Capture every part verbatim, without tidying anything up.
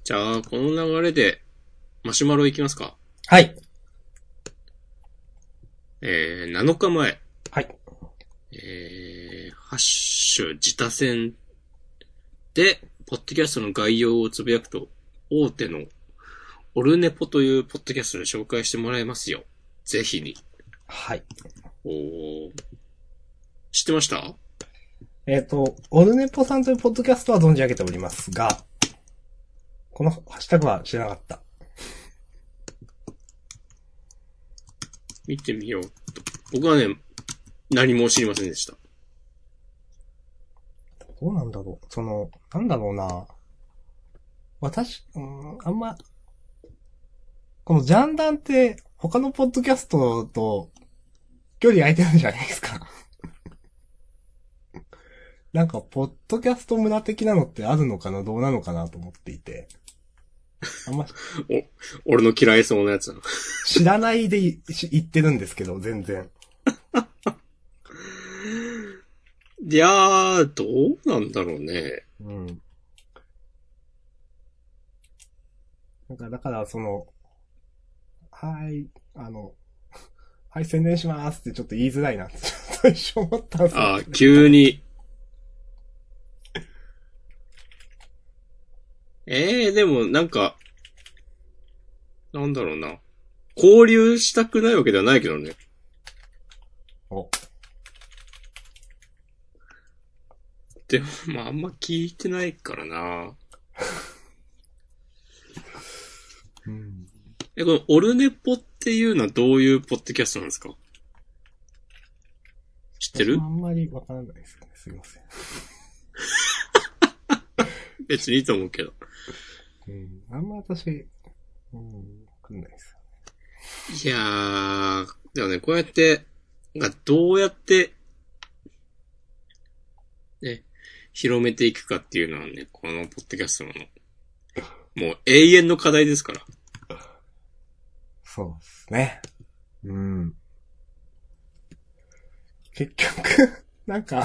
じゃあ、この流れで、マシュマロいきますか。 はい。 えー、なのかまえ。 はい。 えー、ハッシュ自他戦で、ポッドキャストの概要をつぶやくと、大手のオルネポというポッドキャストで紹介してもらえますよ。ぜひに。 はい。 おー。知ってました？ えっ、と、オルネポさんというポッドキャストは存じ上げておりますが、このハッシュタグは知らなかった。 見てみようと。僕はね、何も知りませんでした。 どうなんだろう。その、なんだろうな。私、うん、あんま、このジャンダンって他のポッドキャストと距離空いてるんじゃないですか。なんか、ポッドキャスト村的なのってあるのかな、どうなのかなと思っていて。あんま、 お、俺の嫌いそうなやつなの。 知らないでい言ってるんですけど、全然。 いやー、どうなんだろうね。 うん。なんか、だから、その、はい、あの、はい、宣伝しますってちょっと言いづらいなって、ちょっと一瞬思ったんですよ。 あー、急に。えー、でもなんか、なんだろうな。交流したくないわけではないけどね。 お。 でも、まあ、あんま聞いてないからな。 うん。 え、このオルネポっていうのはどういうポッドキャストなんですか？知ってる？ あんまりわからないですよね。すいません。 別にいいと思うけど。 うん。あんま私、うん、わかんないですいやー、でもね、こうやって、がどうやって、ね、広めていくかっていうのはね、このポッドキャストの、もう永遠の課題ですから。 そうですね。うん。結局、なんか、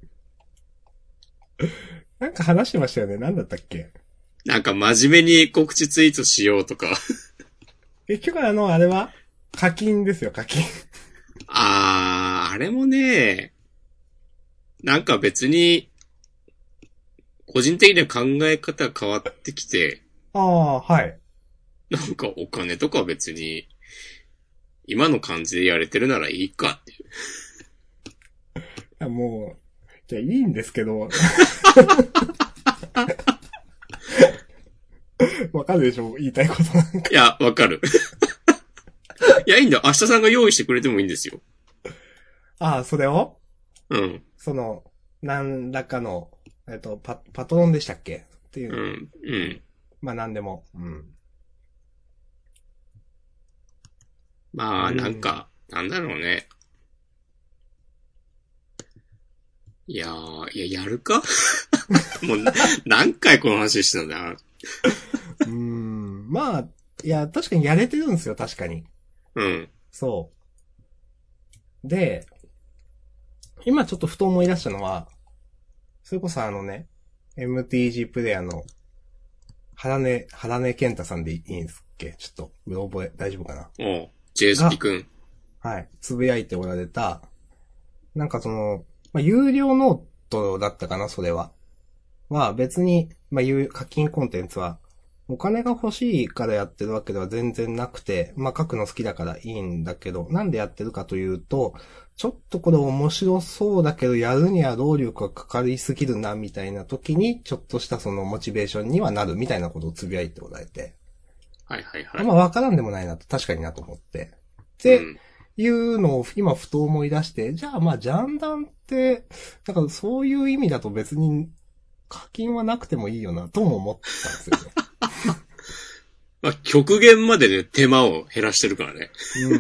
なんか話してましたよね。なんだったっけ？ なんか真面目に告知ツイートしようとか。 結局あの、あれは課金ですよ、課金。 あー、あれもね、なんか別に、個人的には考え方変わってきて、 ああ、はい。 なんかお金とかは別に、今の感じでやれてるならいいかっていう。 いやもう、じゃあいいんですけど、わかるでしょ言いたいことなんか。 いや、わかる。いや、いいんだよ。明日さんが用意してくれてもいいんですよ。 ああ、それをうん。 その、何らかの、えっと、パ、パトロンでしたっけっていう。 うん。うん。 まあ何でも。うん。 まあ、 うん。 なんか、なんだろうね。いやー、いや、やるかもう、何回この話してたんだ。 うーん。まあ、いや、確かにやれてるんですよ、確かに。 うん。 そう。で、今ちょっとふと思い出したのは、それこそあのね、エムティージー プレイヤーの、原根、原根健太さんでいいんですっけちょっと、うろ覚え、大丈夫かなおう、ジェイエスピーが、 くん。 はい、つぶやいておられた、なんかその、まあ、有料ノートだったかな、それは。は別に、まあ、いう課金コンテンツは、お金が欲しいからやってるわけでは全然なくて、まあ、書くの好きだからいいんだけど、なんでやってるかというと、ちょっとこれ面白そうだけど、やるには労力がかかりすぎるな、みたいな時に、ちょっとしたそのモチベーションにはなる、みたいなことをつぶやいておられて。 はいはいはい。 あんまわからんでもないなと、確かになと思って。で、 うん。 いうのを今ふと思い出して、じゃあまあ、ジャンダンって、なんかそういう意味だと別に課金はなくてもいいよな、とも思ったんですよね。 まあ、極限までね、手間を減らしてるからね。 うん。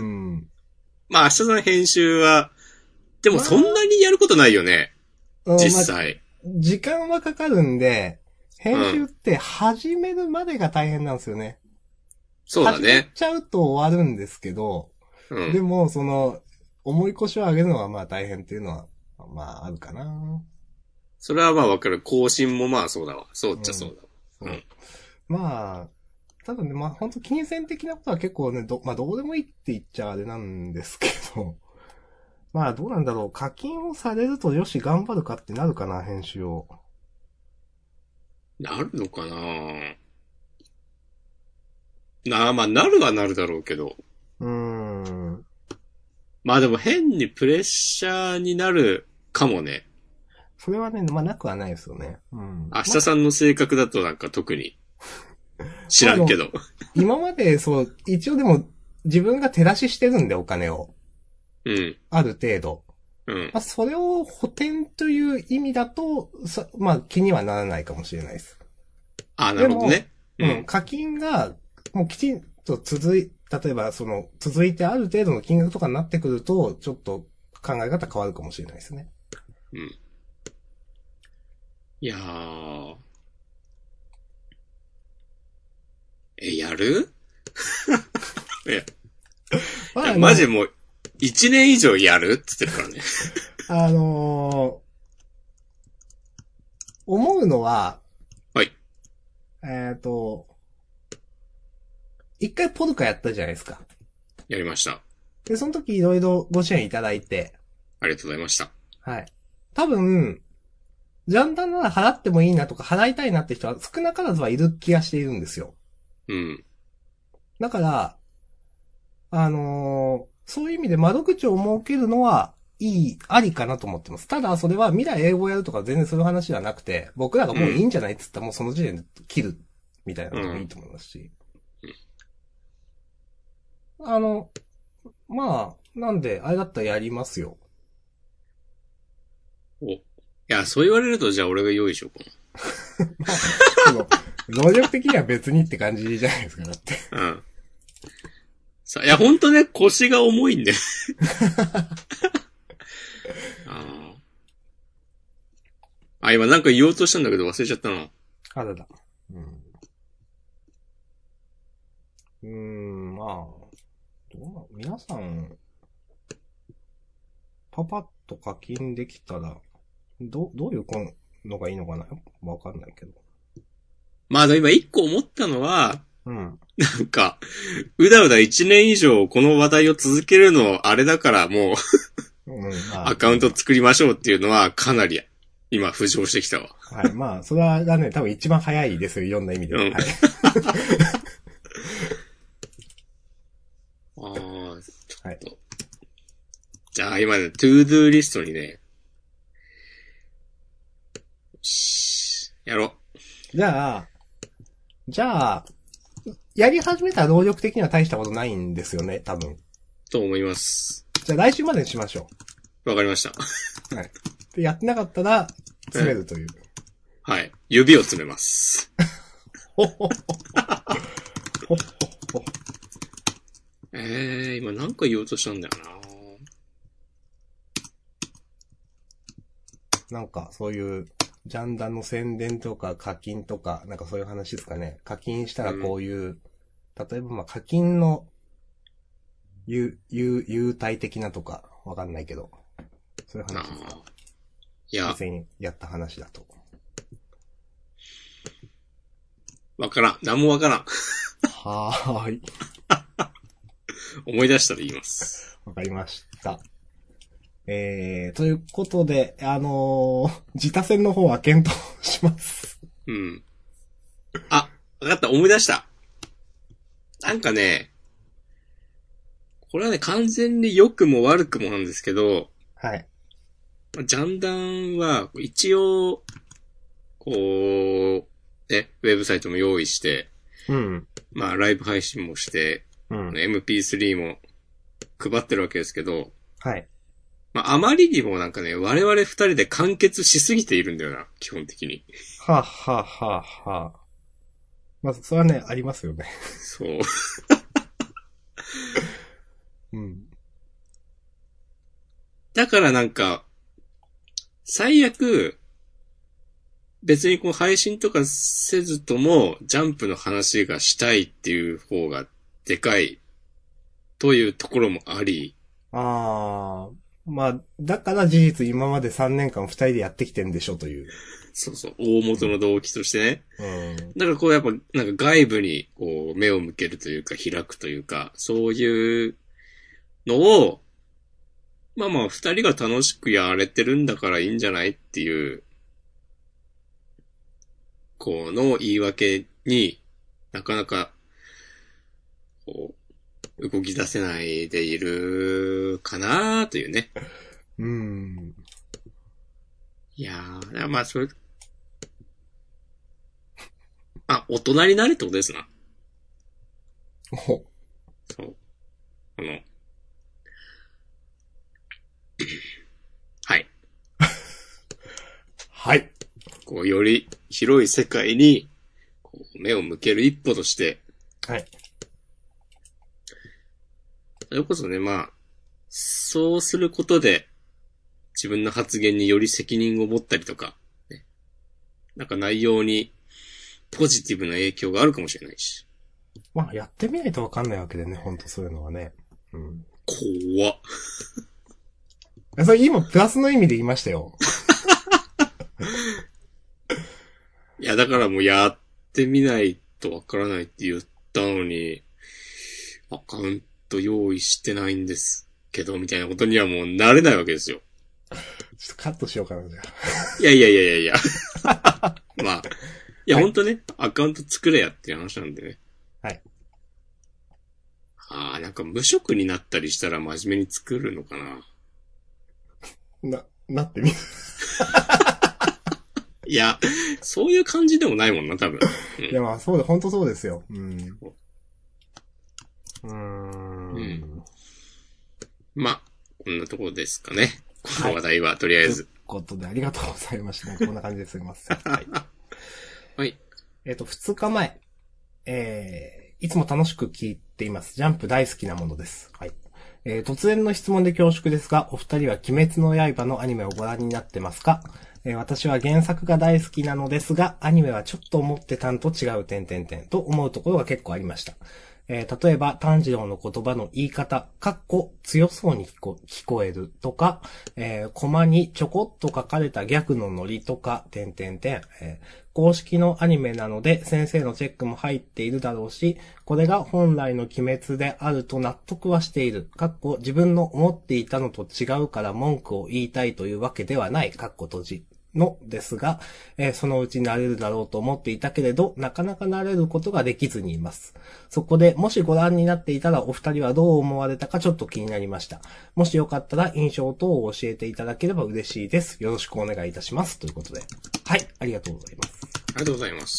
まあ、明日さんの編集は、でもまあ、 そんなにやることないよね。 うん、まあ、 実際。 時間はかかるんで、編集っうん。 て始めるまでが大変なんですよね。始めそうだね。 ちゃうと終わるんですけど、 うん。 でも、その、重い腰を上げるのはまあ大変っていうのは、まああるかな。 それはまあわかる。更新もまあそうだわ。そうっうん。 ちゃそうだわ。うそう。 ん。 まあ、ただね、まあ本当金銭的なことは結構ね、ど、まあどうでもいいって言っちゃあれなんですけど、まあどうなんだろう、課金をされるとよし頑張るかってなるかな、編集を。 なるのかななあ、まあ、なるはなるだろうけど。 うーん。 まあでも変にプレッシャーになるかもね。 それはね、まあなくはないですよね。うん。 明日さんの性格だとなんか特に知らんけど。 今までそう、一応でも自分が照らししてるんでお金を。 うん。 ある程度。 うん。 まあそれを補填という意味だと、さまあ気にはならないかもしれないです。 あ、なるほどね。 うん、課金が、もうきちんと続い、例えばその、続いてある程度の金額とかになってくると、ちょっと考え方変わるかもしれないですね。 うん。いやー。え、やるいや、 まあ、 いやあのマジもう、一年以上やるって言ってるからね。 あのー思うのは、 はい。 えっ、と、一回ポルカやったじゃないですか。 やりました。 で、その時いろいろご支援いただいて、 ありがとうございました。 はい。多分、ジャンダンなら払ってもいいなとか払いたいなって人は少なからずはいる気がしているんですよ。 うん。 だから、あのーそういう意味で窓口を設けるのはいい、ありかなと思ってます。ただ、それは未来英語をやるとか全然そういう話ではなくて、僕らがもういいんじゃないって言ったらもうその時点で切る、みたいなのでもいいと思いますし。あの、まあ、なんで、あれだったらやりますよ。 お。いや、そう言われるとじゃあ俺が用意しようかまあ、その、能力的には別にって感じじゃないですか、だって。 な。うん。さ、いや、ほんとね、腰が重いんで。ああ。あ、今なんか言おうとしたんだけど忘れちゃったな。 あらだ。うん。うーん、まあ、どうな、皆さん、パパッと課金できたら、ど、どういうのがいいのかなわかんないけど。 まあ、でも今一個思ったのは、 うん。 なんか、うだうだ一年以上この話題を続けるのあれだからもう、 うん、まあ。 アカウント作りましょうっていうのはかなり今浮上してきたわ。 はい、まあ、それはね、多分一番早いですよ、いろんな意味で。 うん。 はい。 ああ、ちょっと。 はい、 じゃあ今ね、トゥードゥーリストにね、よし、やろう。 じゃあ、じゃあ、やり始めたら能力的には大したことないんですよね、多分。 と思います。 じゃあ来週までにしましょわかりました。 う。はい。で、やってなかったら、詰めるという。 はい。指を詰めます。 ほほほ。ほほほ。 えー、今なんか言おうとしたんだよな。なんか、そういう、ジャンダンの宣伝とか課金とか、なんかそういう話ですかね。課金したらこういう、うん、例えばまあ課金の、優、優、優待的なとか、わかんないけど。そういう話ですか。 いや。 以前やった話だと。 わからん。何もわからん。 はーい。 思い出したら言います。 わかりました。えー、ということで、あのー、自他戦の方は検討します。 うん。あ、わかった、思い出した。なんかね、これはね、完全に良くも悪くもなんですけど、 はい。 ジャンダンは、一応、こう、ね、ウェブサイトも用意して、 うん。 まあ、ライブ配信もして、 うん。 エムピースリー も配ってるわけですけど、 はい。 まあ、あまりにもなんかね、我々二人で完結しすぎているんだよな、基本的に。 はあ、はあはあはあ、まあ、それはね、ありますよね。 そう。 うん。 だからなんか、最悪、別にこう配信とかせずとも、ジャンプの話がしたいっていう方がでかい、というところもあり。 ああ、まあ、だから事実今までさんねんかん二人でやってきてんでしょという。 そうそう、大元の動機としてね。 うん。 だからこうやっぱ、なんか外部にこう目を向けるというか開くというか、そういうのを、まあまあ二人が楽しくやれてるんだからいいんじゃないっていう、この言い訳になかなか、こう、動き出せないでいるかなというね。 うん。 いやー、まあそれ、あ、大人になれってことですな。 ほ。 そう。あの、はい。 はい。 こう、より広い世界に、こう目を向ける一歩として、 はい。 それこそね、まあ、そうすることで、自分の発言により責任を持ったりとか、ね、なんか内容にポジティブな影響があるかもしれないし。 まあ、やってみないとわかんないわけでね、ほんとそういうのはね。うん。 怖っ。 それ今、プラスの意味で言いましたよ。 いや、だからもうやってみないとわからないって言ったのに、アカウント用意してないんですけど、みたいなことにはもうなれないわけですよ。 ちょっとカットしようかな、じゃいやいやいやいやいや。まあ、いや、 はいほんとね、アカウント作れやっていう話なんでね。 はい。 ああ、なんか無職になったりしたら真面目に作るのかな。 な、なってみ。 いや、そういう感じでもないもんな、多分。うん、 いや、まあ、そうで、ほんとそうですよ。うん。うーん。 うん。まあ、こんなところですかね。この話題は、とりあえず。 ということで、ありがとうございました。こんな感じですいません。はい。 はい。 えっと、二日前。えー、いつも楽しく聞いています。ジャンプ大好きなものです。はい。えー、突然の質問で恐縮ですが、お二人は鬼滅の刃のアニメをご覧になってますか？えー、私は原作が大好きなのですが、アニメはちょっと思ってたんと違う点々点と思うところが結構ありました。えー、例えば、炭治郎の言葉の言い方、かっこ強そうに聞こ聞こえるとか、えー、コマにちょこっと書かれたギャグのノリとか、点々点、えー、公式のアニメなので先生のチェックも入っているだろうし、これが本来の鬼滅であると納得はしている。かっこ自分の思っていたのと違うから文句を言いたいというわけではない。かっこ閉じ。のですが、えー、そのうち慣れるだろうと思っていたけれど、なかなか慣れることができずにいます。そこで、もしご覧になっていたらお二人はどう思われたかちょっと気になりました。もしよかったら印象等を教えていただければ嬉しいです。よろしくお願いいたします。ということで。はい、ありがとうございます。 ありがとうございます。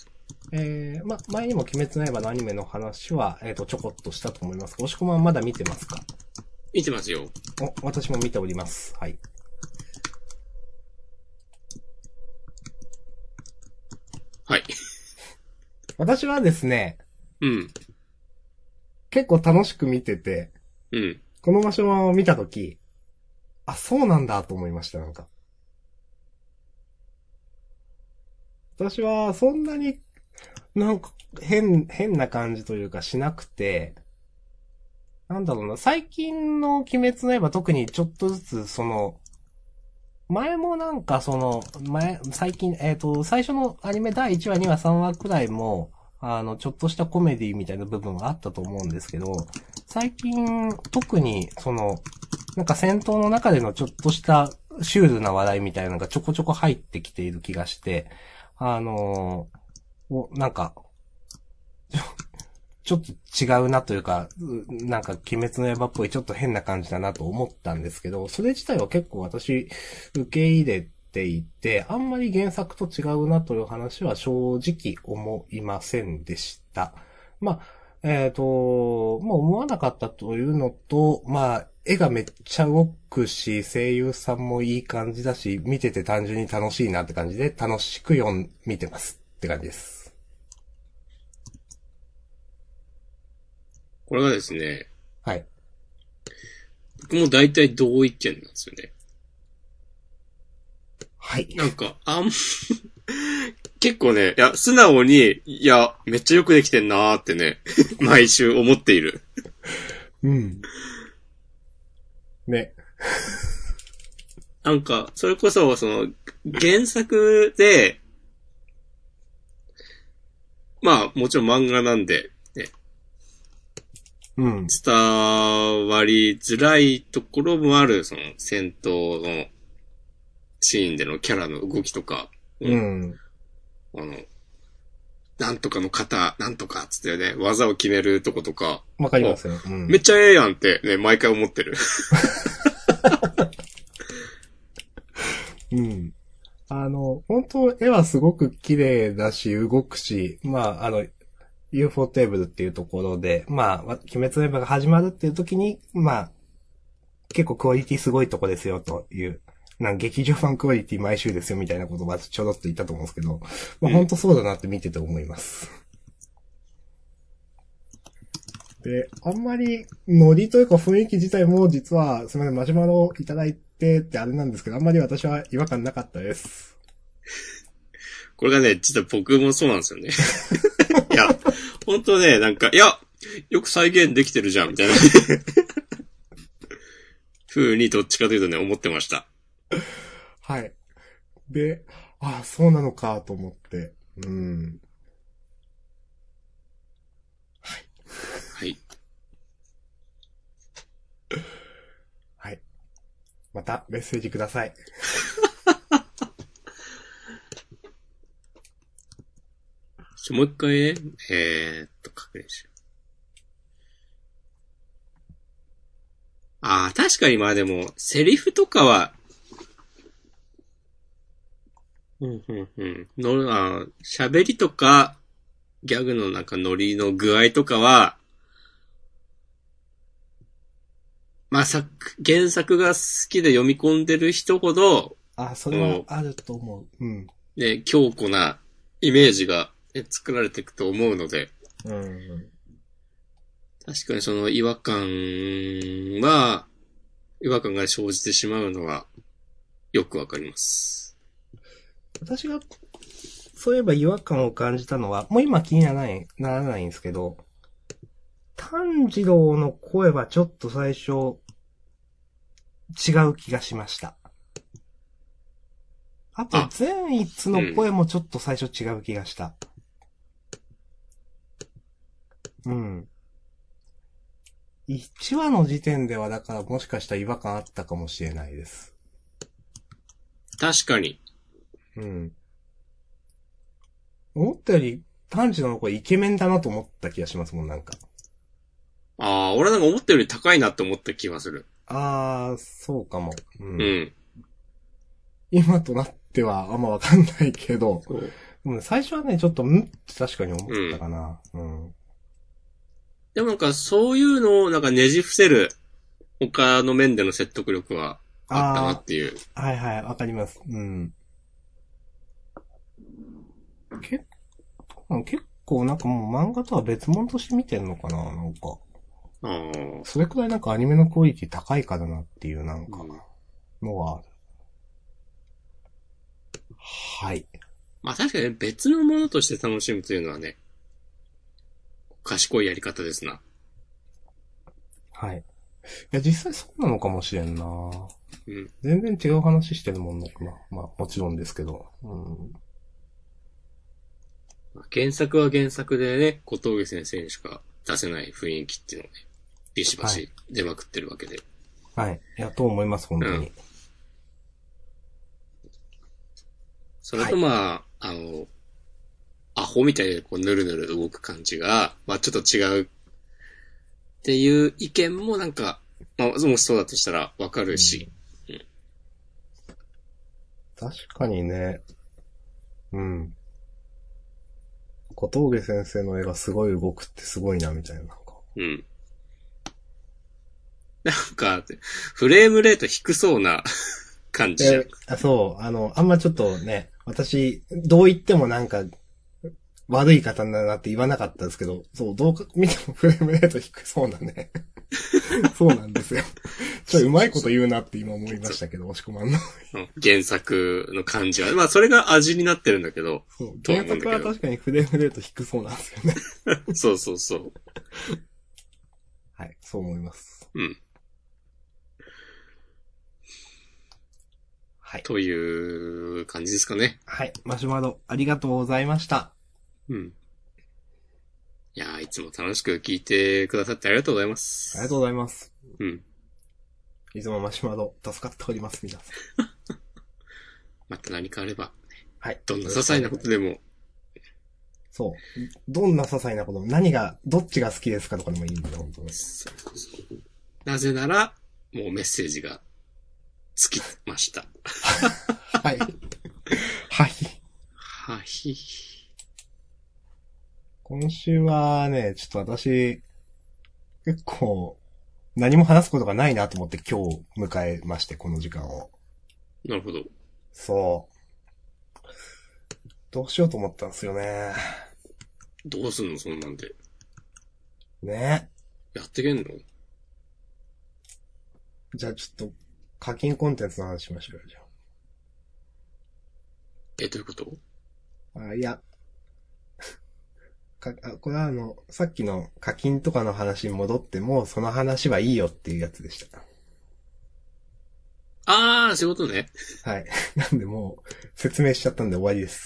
えー、ま、前にも鬼滅の刃のアニメの話は、えっと、ちょこっとしたと思いますが、押し込まんまだ見てますか？ 見てますよ。 お、私も見ております。はい。 はい。 私はですね、 うん。 結構楽しく見てて、 うん。 この場所を見たとき、あ、そうなんだと思いました、なんか。私は、そんなに、なんか、変、変な感じというかしなくて、なんだろうな、最近の鬼滅の刃特にちょっとずつ、その、前もなんかその、前、最近、えっと、最初のアニメだいいちわ、にわ、さんわくらいも、あの、ちょっとしたコメディみたいな部分があったと思うんですけど、最近、特に、その、なんか戦闘の中でのちょっとしたシュールな笑いみたいなのがちょこちょこ入ってきている気がして、あのー、お、なんか、ちょっと違うなというか、なんか鬼滅の刃っぽいちょっと変な感じだなと思ったんですけど、それ自体は結構私受け入れていて、あんまり原作と違うなという話は正直思いませんでした。まあ、えっと、もう思わなかったというのと、まあ、絵がめっちゃ動くし、声優さんもいい感じだし、見てて単純に楽しいなって感じで楽しく読ん、見てますって感じです。 これがですね、 はい。 僕も大体同意見なんですよね。 はい。 なんか、あん、結構ね、いや、素直に、いや、めっちゃよくできてんなーってね、毎週思っている。 うん。ね。 なんか、それこそ、その、原作で、まあ、もちろん漫画なんで、ね、 うん。 伝わりづらいところもある、その、戦闘のシーンでのキャラの動きとか、 うん。 あの、なんとかの型、なんとかつってね、技を決めるとことか、 わかりますよ。うん。 めっちゃええやんってね、毎回思ってる。 うん。あの、本当絵はすごく綺麗だし、動くし、まあ、あの、ユーフォー テーブルっていうところで、まあ、鬼滅の刃が始まるっていう時に、まあ、結構クオリティすごいとこですよという、なん劇場版クオリティ毎週ですよみたいなことはちょろっと言ったと思うんですけど、まあ、本当そうだなって見てて思います。で、あんまりノリというか雰囲気自体も実は、すみません、マシュマロいただいてってあれなんですけど、あんまり私は違和感なかったです。 これがね、実は僕もそうなんですよね。いや、本当ね、なんか、いや、よく再現できてるじゃん、みたいな風にどっちかというとね、思ってました。 はい。で、ああ、そうなのかと思って。うん。はい。 はい。 はい。またメッセージください。 もう一回ね、えー、っと、確認しよう。ああ、確かにまあでも、セリフとかは、うん、うん、うん。の、あ喋りとか、ギャグのなんかノリの具合とかは、まあ、作、原作が好きで読み込んでる人ほど、 あ、それはあると思う。うん。 ね、強固なイメージが、ね、作られていくと思うので、 うん。 確かにその違和感は、違和感が生じてしまうのは、よくわかります。 私が、そういえば違和感を感じたのは、もう今気にならない、ならないんですけど、炭治郎の声はちょっと最初、違う気がしました。あと、 あ善逸の声もちょっと最初違う気がした。うん。いちわの時点ではだからもしかしたら違和感あったかもしれないです。 確かに。 うん。思ったより、炭治郎の声イケメンだなと思った気がしますもん、なんか。 ああ、俺なんか思ったより高いなって思った気がする。 あー、そうかも。うん。 うん。 今となってはあんまわかんないけど、 そう。 でもね、最初はね、ちょっと、んって確かに思ったかな。うん。 でもなんかそういうのをなんかねじ伏せる他の面での説得力はあったなっていう。 あー、はいはい、わかります。うん。結構、結構なんかもう漫画とは別物として見てんのかな、なんか。 ああ。 それくらいなんかアニメのクオリティ高いかだなっていうなんか、のは、はい。 まあ確かに別のものとして楽しむというのはね、賢いやり方ですな。 はい。いや、実際そうなのかもしれんな。 うん。 全然違う話してるもんな。まあ、まあ、もちろんですけど。うん。 原作は原作でね、小峠先生にしか出せない雰囲気っていうのをね、ビシバシ出まくってるわけで。 はい。いや、と思います、本当に。うん、 それとまあ、はい、あの、アホみたいでこうぬるぬる動く感じが、まあちょっと違うっていう意見もなんか、まあもしそうだとしたらわかるし、うんうん。 確かにね。うん。小峠先生の絵がすごい動くってすごいな、みたいな。なんかうん。なんか、フレームレート低そうな感じじゃん。 あ、そう、あの、あんまちょっとね、私、どう言ってもなんか、悪い方だなって言わなかったですけど、そう、どうか見てもフレームレート低そうなね。そうなんですよ。ちょ、うまいこと言うなって今思いましたけど、押し込まんの。 原作の感じは。まあ、それが味になってるんだけど。 そう。原作は確かにフレームレート低そうなんですよね。 そうそうそう。 はい、そう思います。 うん。 はい。 という感じですかね。 はい。マシュマロ、ありがとうございました。 うん。いやー、いつも楽しく聞いてくださってありがとうございます。 ありがとうございます。 うん。 いつもマシュマロ、助かっております、皆さん。 また何かあれば、 はい。 どんな些細なことでも。 そう。どんな些細なこと、何が、どっちが好きですかとかでもいいんだよ、本当に。 そうそうそう。なぜなら、もうメッセージが尽きました。 はい。はい。 はい。 今週はね、ちょっと私、結構、何も話すことがないなと思って今日迎えまして、この時間を。 なるほど。 そう。どうしようと思ったんですよね。 どうすんのそんなんで。 ね。 やってけんの？ じゃあちょっと、課金コンテンツの話しましょうよ、じゃえ、どういうこと？ あ。あ、いや。か、あ、これはあの、さっきの課金とかの話に戻っても、その話はいいよっていうやつでした。 あー、そういうことね。 はい。なんでもう、説明しちゃったんで終わりです。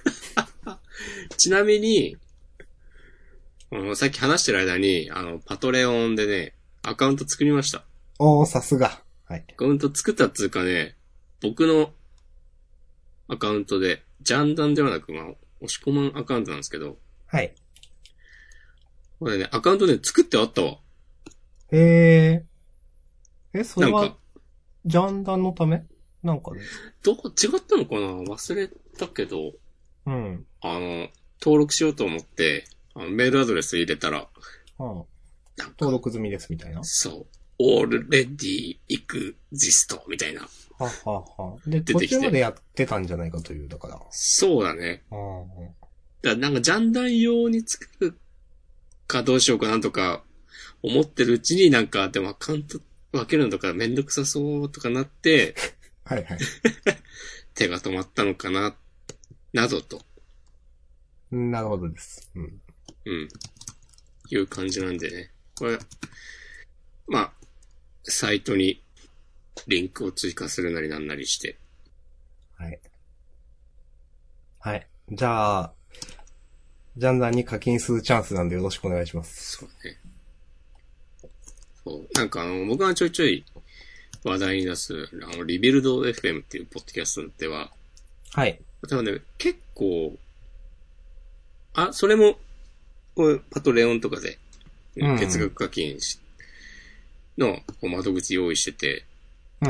ちなみに、あの、さっき話してる間に、あの、パトレオンでね、アカウント作りました。 おー、さすが。はい。 アカウント作ったっつうかね、僕のアカウントで、ジャンダンではなく、まあ、押し込まんアカウントなんですけど、 はい。 これね、アカウントね、作ってあったわ。 へー。え、それはなんか、、 ジャンダンのためなんかですか？ どこ、違ったのかな忘れたけど、 うん。 あの、登録しようと思って、あのメールアドレス入れたら、 はあ、 なんか、 登録済みですみたいな。 そう、already exist みたいな。 はははで、 出てきて途中までやってたんじゃないかという、だから。 そうだね。 ああ、 だからなんかジャンダン用に作るかどうしようかなとか思ってるうちになんかでもアカウント分けるのとかめんどくさそうとかなってはいはい。 手が止まったのかな、などと。 なるほどです。うん。 うん。いう感じなんでね。これ、まあ、サイトにリンクを追加するなりなんなりして。 はい。はい。じゃあ、ジャンダンに課金するチャンスなんでよろしくお願いします。 そうね。そう。なんかあの、僕がちょいちょい話題に出す、あの、リビルド エフエム っていうポッドキャストでは、 はい。 多分ね、結構、あ、それも、こうパトレオンとかで、 うん月額課金しの窓口用意してて、 うん。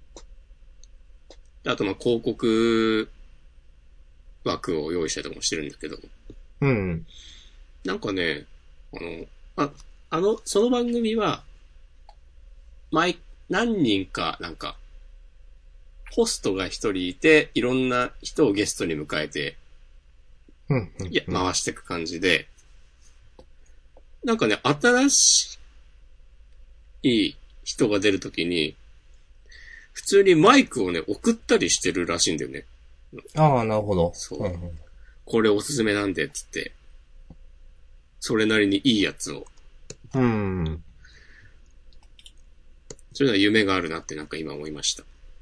あとまあ広告枠を用意したりとかもしてるんだけど、 うん。 なんかね、あの、あ、あの、その番組は、毎、何人か、なんか、ホストが一人いて、いろんな人をゲストに迎えて、 うん。うん。 いや、回していく感じで、なんかね、新しい人が出るときに、普通にマイクをね、送ったりしてるらしいんだよね。 ああ、なるほど。 そう。 うんうん、 これおすすめなんで、つって。それなりにいいやつを。 うん。 そういうのは夢があるなってなんか今思いました。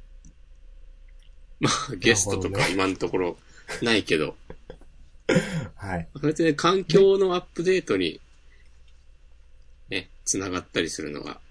まあ、ゲストとか今のところないけど。 はい。 こうやってね、環境のアップデートに、ね、繋がったりするのが。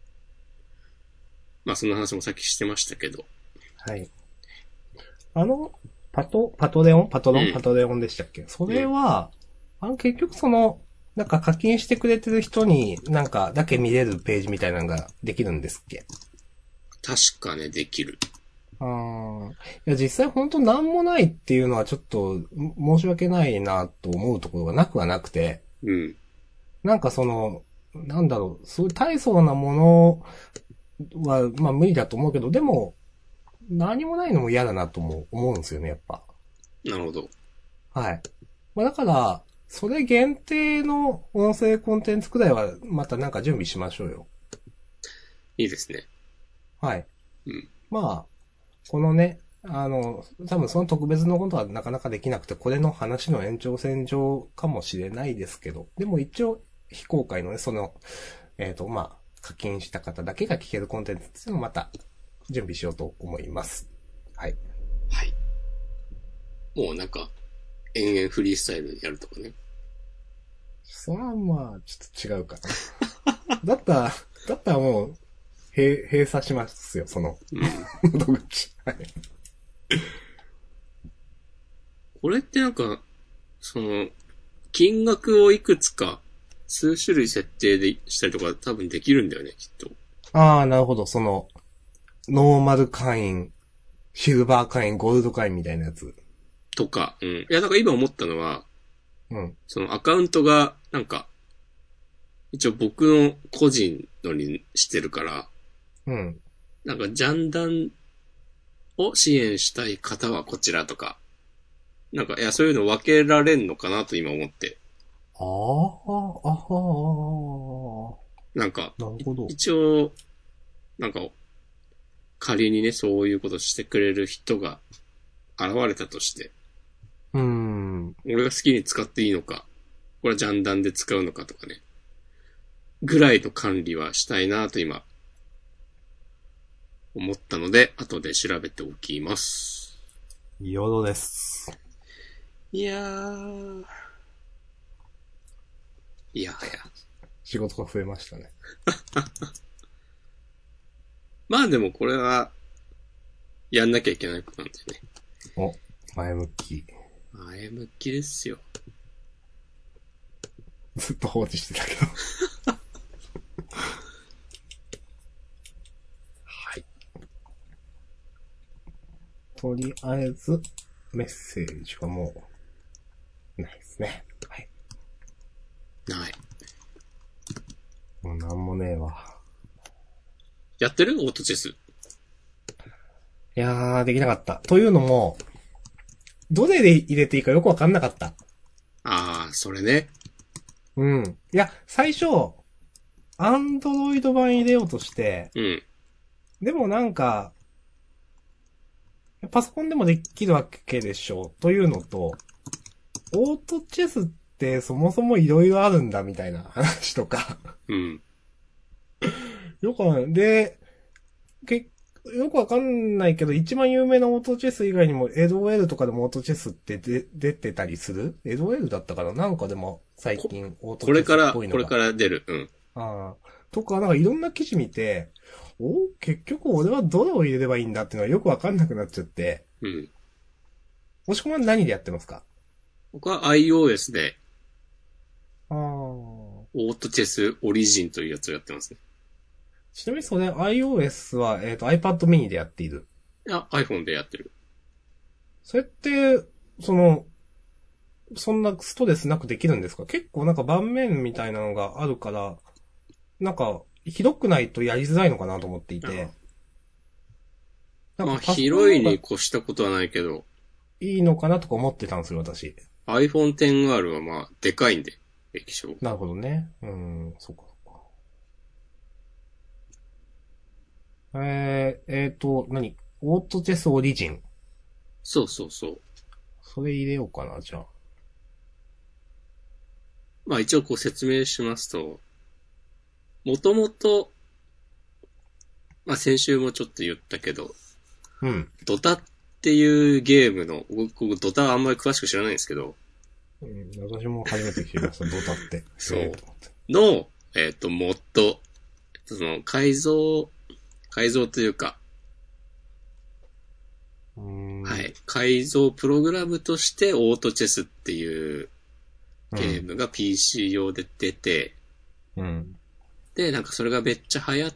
まあ、その話もさっきしてましたけど。 はい。あの、パト、パトレオンパトロン、 うん、 パトレオンでしたっけ？それは、うん、あの、結局その、なんか課金してくれてる人になんかだけ見れるページみたいなのができるんですっけ？ 確かね、できる。 ああ。いや、実際本当なんもないっていうのはちょっと申し訳ないなと思うところがなくはなくて。 うん。 なんかその、なんだろう、そういう大層なものは、まあ無理だと思うけど、でも、何もないのも嫌だなとも思うんですよね、やっぱ。 なるほど。 はい。まあだから、それ限定の音声コンテンツくらいは、またなんか準備しましょうよ。 いいですね。 はい。 うん。 まあ、このね、あの、多分その特別のことはなかなかできなくて、これの話の延長線上かもしれないですけど、でも一応、非公開のね、その、えっと、まあ、課金した方だけが聞けるコンテンツっていうのをまた準備しようと思います。はい。 はい。もうなんか、延々フリースタイルやるとかね。 それはまあ、ちょっと違うかな。だったら、だったらもう、閉、閉鎖しますよ、その、うん、窓口。はい。 これってなんか、その、金額をいくつか、数種類設定でしたりとか多分できるんだよね、きっと。 ああ、なるほど、その、ノーマル会員、シルバー会員、ゴールド会員みたいなやつ。 とか、うん。いや、なんか今思ったのは、 うん。 そのアカウントが、なんか、一応僕の個人のにしてるから、 うん。 なんか、ジャンダンを支援したい方はこちらとか、なんか、いや、そういうの分けられんのかなと今思って。 ああ、ああ、 なんか、 なるほど。 一応、なんか、仮にね、そういうことしてくれる人が現れたとして、 うーん。 俺が好きに使っていいのか、これはジャンダンで使うのかとかね、ぐらいの管理はしたいなと今、思ったので、後で調べておきます。 よどです。 いやー。いやはや。 仕事が増えましたね。 まあでもこれは、やんなきゃいけないことなんだよね。 お、前向き。 前向きですよ。 ずっと放置してたけど。はい。とりあえず、メッセージはもう、ないですね。はい。 ない。 もうなんもねえわ。 やってるオートチェス。いやー、できなかった。というのも、どれで入れていいかよくわかんなかった。 あー、それね。 うん。いや、最初、アンドロイド版入れようとして、 うん。 でもなんか、パソコンでもできるわけでしょというのと、オートチェスってそもそも色々あるんだみたいな話とか。 うん。 よくわかんない。で、け、よくわかんないけど、一番有名なオートチェス以外にも エルオーエル とかでもオートチェスってで出てたりする ?エルオーエル だったかななんかでも最近オートチェスっぽいのが。 これから、これから出る。うん。 ああ。とか、なんかいろんな記事見て、お結局俺はどれを入れればいいんだっていうのはよくわかんなくなっちゃって。 うん。 もしくは何でやってますか？ 僕は iOS で、 ああ。 オートチェスオリジンというやつをやってますね。 ちなみにそれ iOS は、えっと iPad mini でやっている。 いや、iPhone でやってる。 それって、その、そんなストレスなくできるんですか？結構なんか盤面みたいなのがあるから、なんか、広くないとやりづらいのかなと思っていて。 まあ、広いに越したことはないけど。 いいのかなとか思ってたんですよ、私。 iPhone テンアール はまあ、でかいんで、液晶。 なるほどね。うん、そっかそっか。えー、えーと、何オートチェスオリジン。 そうそうそう。 それ入れようかな、じゃあ。 まあ一応こう説明しますと、もともと、まあ先週もちょっと言ったけど、 うん。 ドタっていうゲームの、僕ドタあんまり詳しく知らないんですけど、 うん、私も初めて聞きました、ドタって。 そう。の、えっ、ー、と、モッド、その改造、改造というか、 うーんはい。改造プログラムとしてオートチェスっていうゲームが ピーシー 用で出て、 うん。 で、なんかそれがめっちゃ流行って、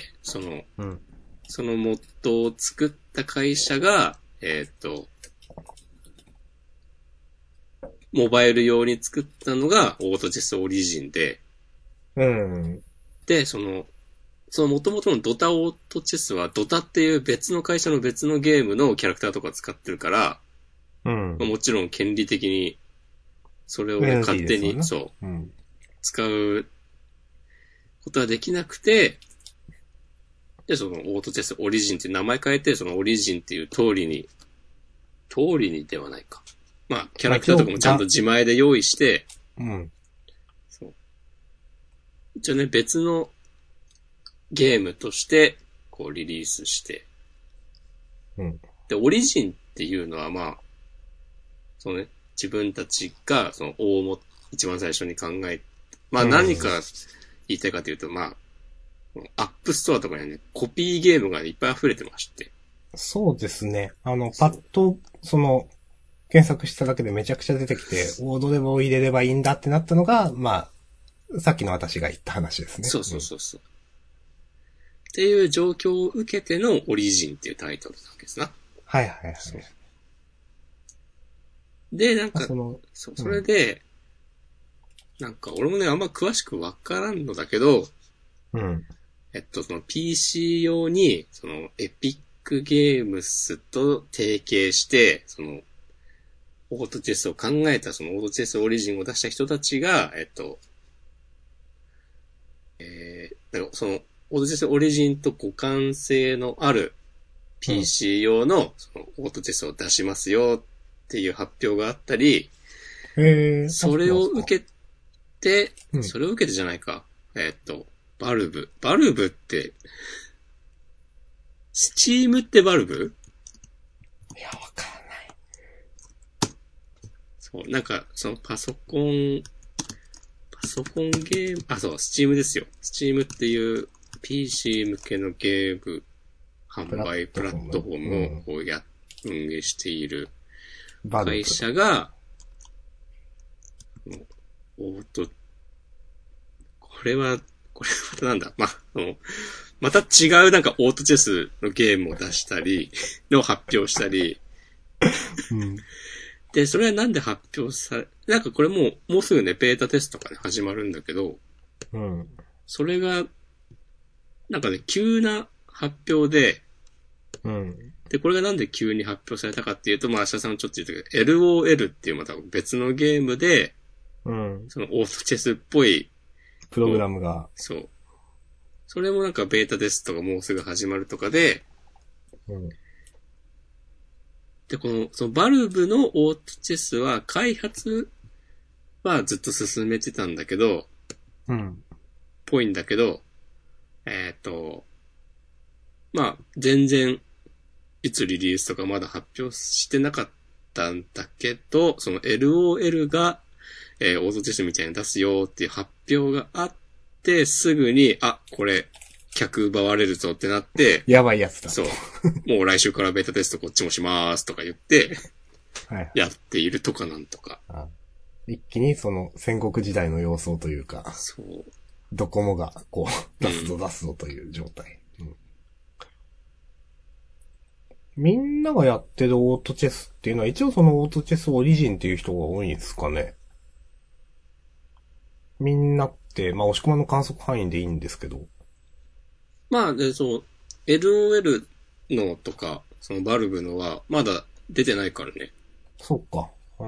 その、 うん。 そのモッドを作った会社が、えっ、ー、と、モバイル用に作ったのがオートチェスオリジンで、 うん。 で、その、その元々のドタオートチェスはドタっていう別の会社の別のゲームのキャラクターとか使ってるから、 うん。 まあ、もちろん権利的にそれを、ね、勝手に、そう、うん、使うことはできなくて、で、そのオートチェスオリジンって名前変えて、そのオリジンっていう通りに、通りにではないか。まあ、キャラクターとかもちゃんと自前で用意して、 うん。 そう。一応ね、別のゲームとして、こうリリースして、 うん。 で、オリジンっていうのはまあ、そのね、自分たちが、その、大も、一番最初に考え、まあ何か言いたいかというと、まあ、アップストアとかにはね、コピーゲームがいっぱい溢れてまして。 そうですね。あの、パッと、その、検索しただけでめちゃくちゃ出てきて、オードレバを入れればいいんだってなったのが、まあ、さっきの私が言った話ですね。 そうそうそうそう。っていう状況を受けてのオリジンっていうタイトルなわけですな。 はいはいはい。 で、なんか、 その、 そう、それで、うん、なんか俺もね、あんま詳しくわからんのだけど、 うん。 えっと、その ピーシー 用に、そのエピックゲームスと提携して、その、オートチェスを考えた、そのオートチェスオリジンを出した人たちが、えっと、えー、なんかその、オートチェスオリジンと互換性のある ピーシー 用の、そのオートチェスを出しますよっていう発表があったり、 へー、 それを受けて、 うん、 それを受けてじゃないか。えー、っと、バルブ。バルブって、スチームってバルブ？ いや、わからない。 そう、なんか、そのパソコン、パソコンゲーム、あ、そう、スチームですよ。スチームっていう ピーシー 向けのゲーム販売プラットフォームをや、うん、運営している会社が、おーっと、これは、これはなんだ、ま、また違うなんかオートチェスのゲームを出したり、の発表したり、 うん、 で、それはなんで発表され、なんかこれもう、もうすぐね、ベータテストがね、始まるんだけど、 うん、 それが、なんかね、急な発表で、 うん、 で、これがなんで急に発表されたかっていうと、まあ、明日さんちょっと言ったけど、エルオーエル っていうまた別のゲームで、 うん、 そのオートチェスっぽい、 プログラムが。 そう。それもなんかベータテストがもうすぐ始まるとかで、 うん、 で、この、そのバルブのオートチェスは開発はずっと進めてたんだけど、 うん。 ぽいんだけど、えっと、まあ、全然、いつリリースとかまだ発表してなかったんだけど、その エルオーエル が、えー、オートチェスみたいに出すよっていう発表があって、すぐに、あ、これ、客奪われるぞってなって、 やばいやつだ。 そう。もう来週からベータテストこっちもしまーすとか言って、はい。やっているとかなんとか。 ああ、一気にその戦国時代の様相というか、 そう。 ドコモがこう、出すぞ出すぞという状態。うんうん、みんながやってるオートチェスっていうのは一応そのオートチェスオリジンっていう人が多いんですかね。みんなって、まあ、押し込まの観測範囲でいいんですけど。 まあ、で、そう、エルオーエル のとか、そのバルブのは、まだ出てないからね。 そっか。うん。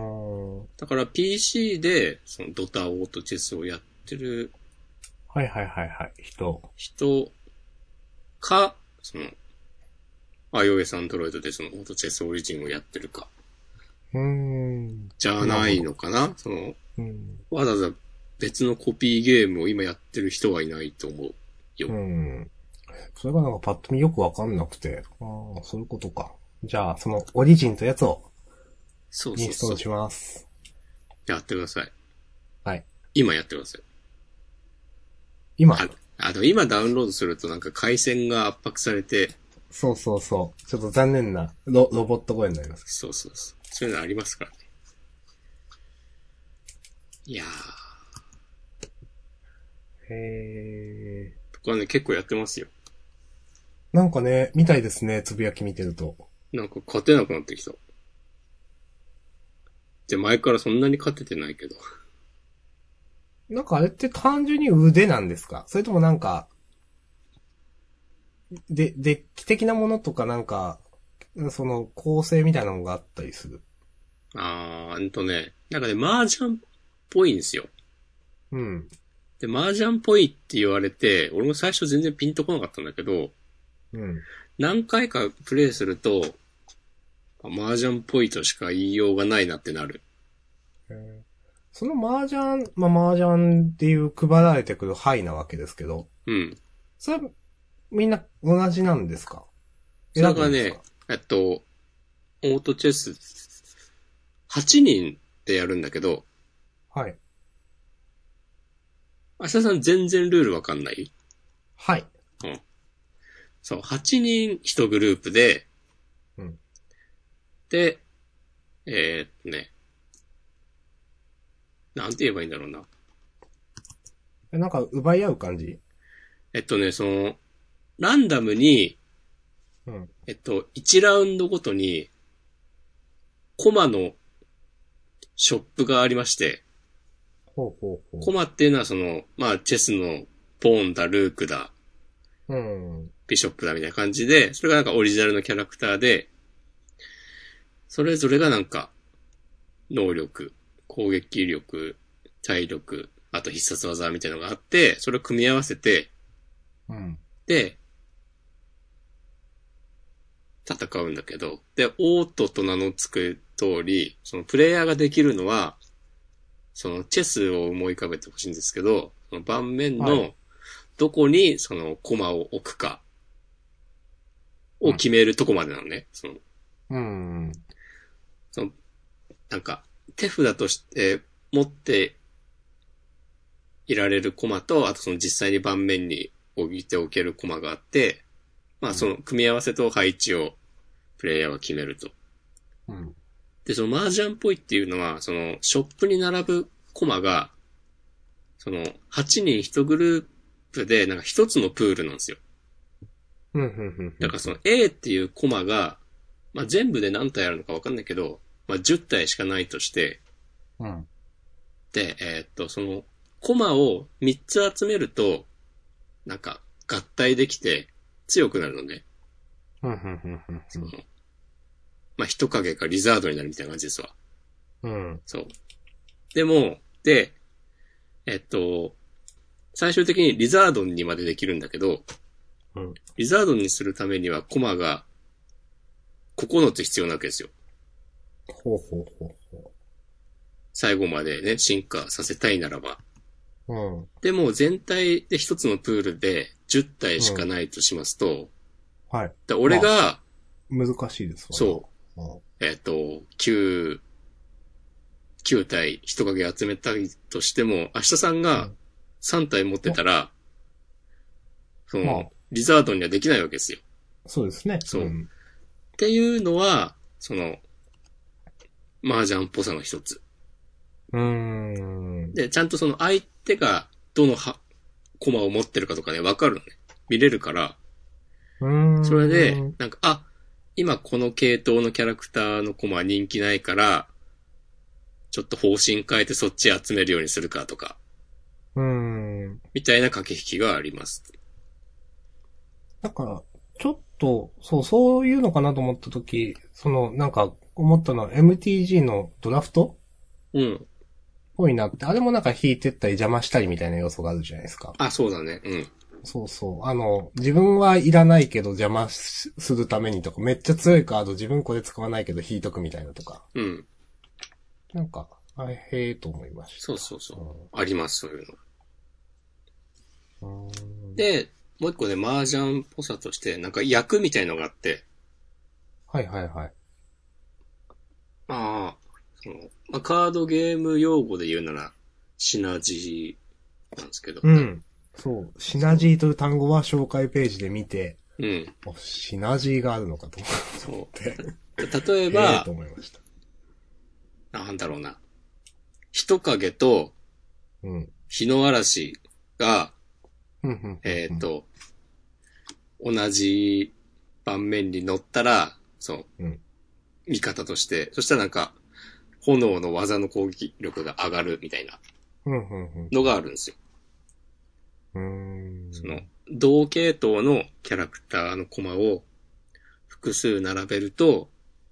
だから ピーシー で、そのドタオートチェスをやってる。 はいはいはいはい。人。 人か、その、iOS、Android でそのオートチェスオリジンをやってるか。 うーん。 じゃないのかなその、 うん、 わざわざ別のコピーゲームを今やってる人はいないと思うよ。 うん。それがなんかパッと見よくわかんなくて。ああ、そういうことか。じゃあ、そのオリジンとやつを、 そうそうそう。 インストールします。 やってください。 はい。 今やってください。 今あ、あの、今ダウンロードするとなんか回線が圧迫されて。 そうそうそう。ちょっと残念なロ、ロボット声になります。 そうそうそう。そういうのありますからね。いやー。へー。 僕はね、結構やってますよ。 なんかね、みたいですね、つぶやき見てると。 なんか勝てなくなってきた。で、前からそんなに勝ててないけど。 なんかあれって単純に腕なんですか？それともなんか、で、デッキ的なものとかなんか、その構成みたいなのがあったりする。 あー、うんとね、なんかね、麻雀っぽいんですよ。 うん。 で、麻雀っぽいって言われて、俺も最初全然ピンとこなかったんだけど、 うん。 何回かプレイすると、麻雀っぽいとしか言いようがないなってなる。 その麻雀、まあ、麻雀っていう配られてくる範囲なわけですけど。 うん。 それはみんな同じなんですか？ それがね、 えっと、オートチェス、はちにんでやるんだけど、 はい。 明日さん全然ルールわかんない？ はい。 うん。そう、はちにんいちグループで、 うん。 で、えー、っとね、なんて言えばいいんだろうな。 え、なんか奪い合う感じ？ えっとね、その、ランダムに、 うん。 えっと、いちラウンドごとに、コマのショップがありまして、 ほうほうほコマっていうのはその、まあ、チェスのポーンだ、ルークだ、 う。うん。 ビショップだみたいな感じで、それがなんかオリジナルのキャラクターで、それぞれがなんか、能力、攻撃力、体力、あと必殺技みたいなのがあって、それを組み合わせて、 うん。 で、戦うんだけど、で、オートと名の付く通り、そのプレイヤーができるのは、そのチェスを思い浮かべてほしいんですけど、その盤面はい。 のどこにそのコマを置くかを決めるとこまでなのね。その、 うん。 その、なんか、手札として持っていられるコマと、あとその実際に盤面に置いておけるコマがあって、まあその組み合わせと配置をプレイヤーは決めると。 うん。 で、その麻雀っぽいっていうのは、そのショップに並ぶコマが、そのはちにんいちグループでなんか一つのプールなんですよ。 うん。うん。 だからその A っていうコマが、まあ全部で何体あるのかわかんないけど、まあじゅったいしかないとして、 うん。 で、えーっと、そのコマをみっつ集めると、なんか合体できて強くなるのね。 うん。うん。 そのまあ人影がリザードになるみたいな感じですわ。 うん。 そう。でも、で、えっと、最終的にリザードンにまでできるんだけど、 うん。 リザードンにするためにはコマがここのつ必要なわけですよ。 ほうほうほうほ最後までね、進化させたいならば。 う。うん。 でも全体で一つのプールでじゅったいしかうん。 ないとしますと、 はい。 で俺まあ、 が、 難しいですわな。 そう、えっと、きゅう、きゅう体人影集めたいとしても、明日さんがうん。 さん体持ってたら、その、 まあ、 リザードンにはできないわけですよ。 そうですね。 そう。っうん。 ていうのは、その、麻雀っぽさの一つ。 うーん。 で、ちゃんとその相手がどのはコマを持ってるかとかね、わかるのね。見れるから、 うーそれで、 ん。 なんか、あ、今この系統のキャラクターのコマ人気ないから、ちょっと方針変えてそっち集めるようにするかとか、 うーん。 みたいな駆け引きがあります。 なんか、ちょっと、そう、そういうのかなと思ったとき、その、なんか、思ったのは エムティージー のドラフトうん。 っぽいなって、あれもなんか引いてったり邪魔したりみたいな要素があるじゃないですか。 あ、そうだね。うん。 そうそう。あの、自分はいらないけど邪魔するためにとか、めっちゃ強いカード自分これ使わないけど引いとくみたいなとか。 うん。 なんか、あれ、へえと思いました。 そうそうそう。あります、そういうの。 うん。うーん。 で、もう一個ね、麻雀っぽさとして、なんか役みたいのがあって、 はいはいはい。 ああ、その、まあ、カードゲーム用語で言うなら、シナジーなんですけど。 うん。そう。シナジーという単語は紹介ページで見て、 うん。 おシナジーがあるのかと思そって、 う。例えへえとば、 思いました。 なんだろうな。人影とうん。 日の嵐が、 うん、うん、うん。 えっと、同じ盤面に乗ったら、そう、 うん。 味方として、そしたらなんか、炎の技の攻撃力が上がるみたいなうん、うん、 のがあるんですよ。 うん。うーん。 その、同系統のキャラクターのコマを複数並べると、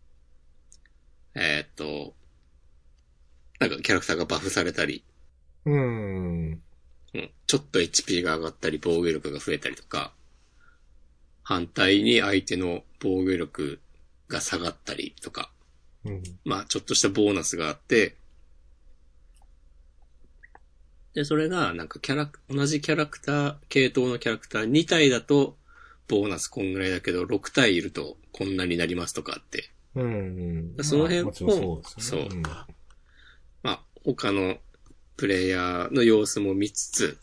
えーっと、なんかキャラクターがバフされたり、 うーん。 うん、ちょっと エイチピー が上がったり、防御力が増えたりとか、反対に相手の防御力が下がったりとか、 うん。 まあちょっとしたボーナスがあって、で、それがなんかキャラク、同じキャラクター、系統のキャラクターに体だと、 ボーナスこんぐらいだけど、ろく体いるとこんなになりますとかあって。 うん、 その辺も、 まあ、もちろんそうですね。 そう。うん、まあ、他のプレイヤーの様子も見つつ、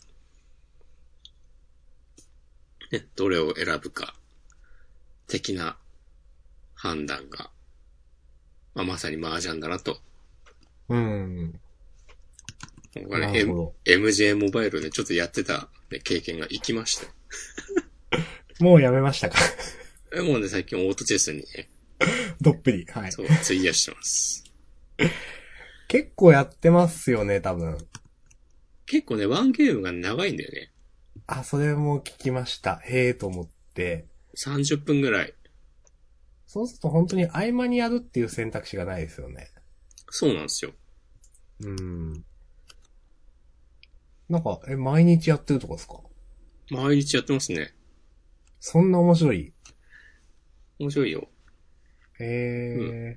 ね、どれを選ぶか、的な判断が、まあ、まさに麻雀だなと。 うん。 僕はね、M、エムジェー モバイルでちょっとやってた、ね、経験が生きました。 もうやめましたか？ もうね、最近オートチェスにね、 どっぷり、はい。 そう、費やしてます。 結構やってますよね、多分。 結構ね、ワンゲームが長いんだよね。 あ、それも聞きました。へえと思って。 さんじゅっぷんぐらい。 そうすると本当に合間にやるっていう選択肢がないですよね。 そうなんですよ。 うん。なんか、え、毎日やってるとかですか？ 毎日やってますね。 そんな面白い？ 面白いよ。 へえ、うん。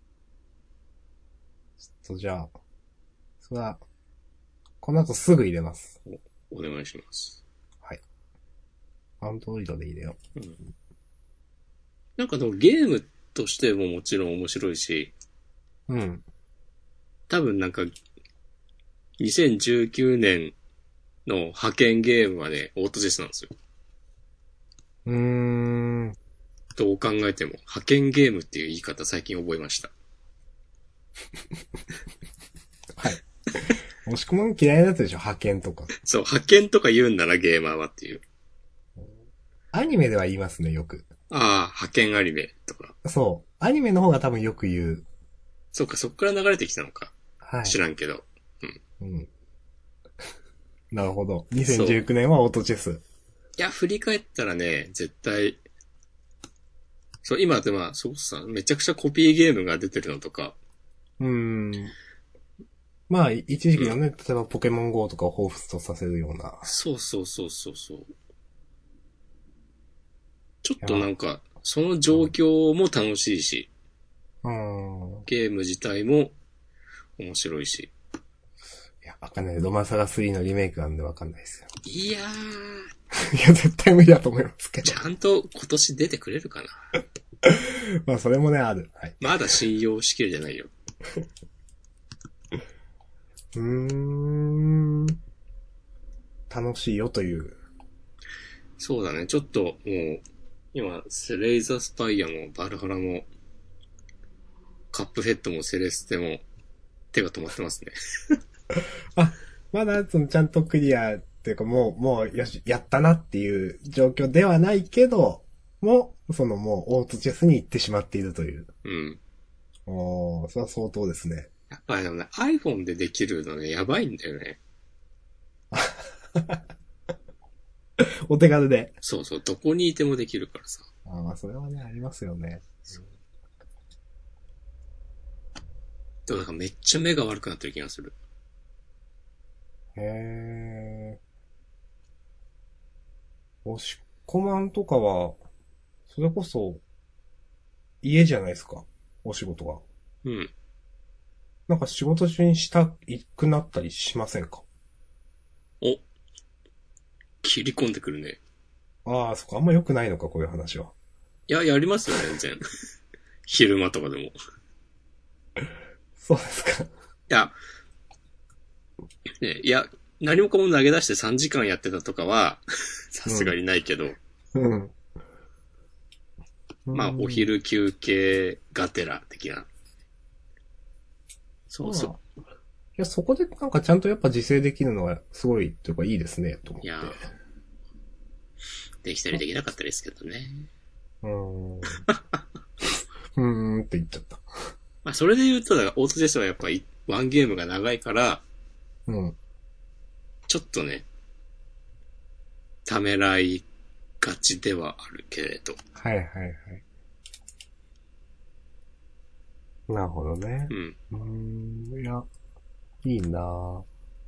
ちょっとじゃあ、それは、この後すぐ入れます。 お、お願いします。 はい。アンドロイドで入れよう。うん。 なんかでもゲームとしてももちろん面白いし、 うん。 多分なんか、にせんじゅうきゅうねんの派遣ゲームはね、オートチェスなんですよ。 うーん。 どう考えても、派遣ゲームっていう言い方最近覚えました。 はい。もしくも嫌いなやつでしょ、派遣とか。 そう、派遣とか言うんだな、ゲーマーはっていう。 アニメでは言いますね、よく。 ああ、派遣アニメとか。 そう。アニメの方が多分よく言う。 そうか、そっから流れてきたのか。 はい。 知らんけど。 うん。うん。なるほど。にせんじゅうきゅうねんはオートチェス。 いや、振り返ったらね、絶対、そう、今でまあ、そうさ、めちゃくちゃコピーゲームが出てるのとか。 うーん。まあ、一時期のね、うん、例えばポケモン ゴー とかを彷彿とさせるような。 そうそうそうそうそう。ちょっとなんか、その状況も楽しいし。 うん。 ゲーム自体も面白いし。 いや、わかんない。ロマサガスリーのリメイクなんでわかんないですよ。 いやー。いや、絶対無理だと思いますけど。 ちゃんと今年出てくれるかな。 まあ、それもね、ある。はい。 まだ信用しきれてないよ。 うーん。楽しいよという。 そうだね。ちょっと、もう、今、セレイザスパイアもバルハラも、カップヘッドもセレステも、手が止まってますね。 あ、まだ、その、ちゃんとクリアっていうか、もう、もう、よし、やったなっていう状況ではないけど、もう、その、もう、オートチェスに行ってしまっているという。 うん。 おー、それは相当ですね。 やっぱりでもね、iPhone でできるのね、やばいんだよね。 お手軽で。 そうそう、どこにいてもできるからさ。 ああ、それはね、ありますよね。 でもなんかめっちゃ目が悪くなってる気がする。 へえ。押し込まんとかは、それこそ、家じゃないですか。お仕事が。 うん。 なんか仕事中にしたくなったりしませんか？ お。切り込んでくるね。 ああ、そっか、あんま良くないのか、こういう話は。 いや、やりますよ、全然。昼間とかでも。 そうですか。 いや、ね、いや、何もかも投げ出してさんじかんやってたとかは、さすがにないけど。 うん。 まあ、お昼休憩がてら的な。そうそう。 いや、そこでなんかちゃんとやっぱ自制できるのはすごいというかいいですね、と思って。いや、 できたりできなかったですけどね。 うーん。うーんって言っちゃった。 まあ、それで言うと、だからオートチェスはやっぱりワンゲームが長いから、 うん。 ちょっとね、ためらいがちではあるけれど。 はいはいはい。なるほどね。 うん。 うーん、いや、いいなぁ。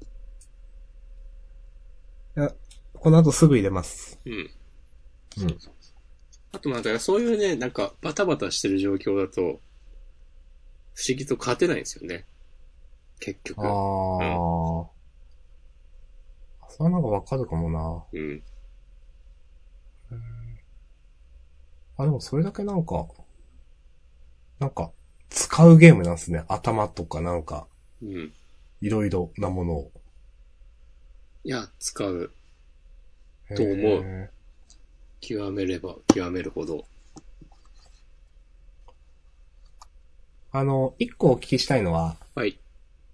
いや、この後すぐ入れます。 うん。 うん。 そうそうそう。あとまあ、そういうね、なんかバタバタしてる状況だと、不思議と勝てないんですよね。結局。ああ。うん。 それはなんかわかるかもな。 うん。 あ、でもそれだけなんか、なんか、使うゲームなんですね。頭とかなんか、 うん。 いろいろなものを。 いや、使うへと思う。 ー。 極めれば極めるほど。 あの、一個お聞きしたいのは、 はい。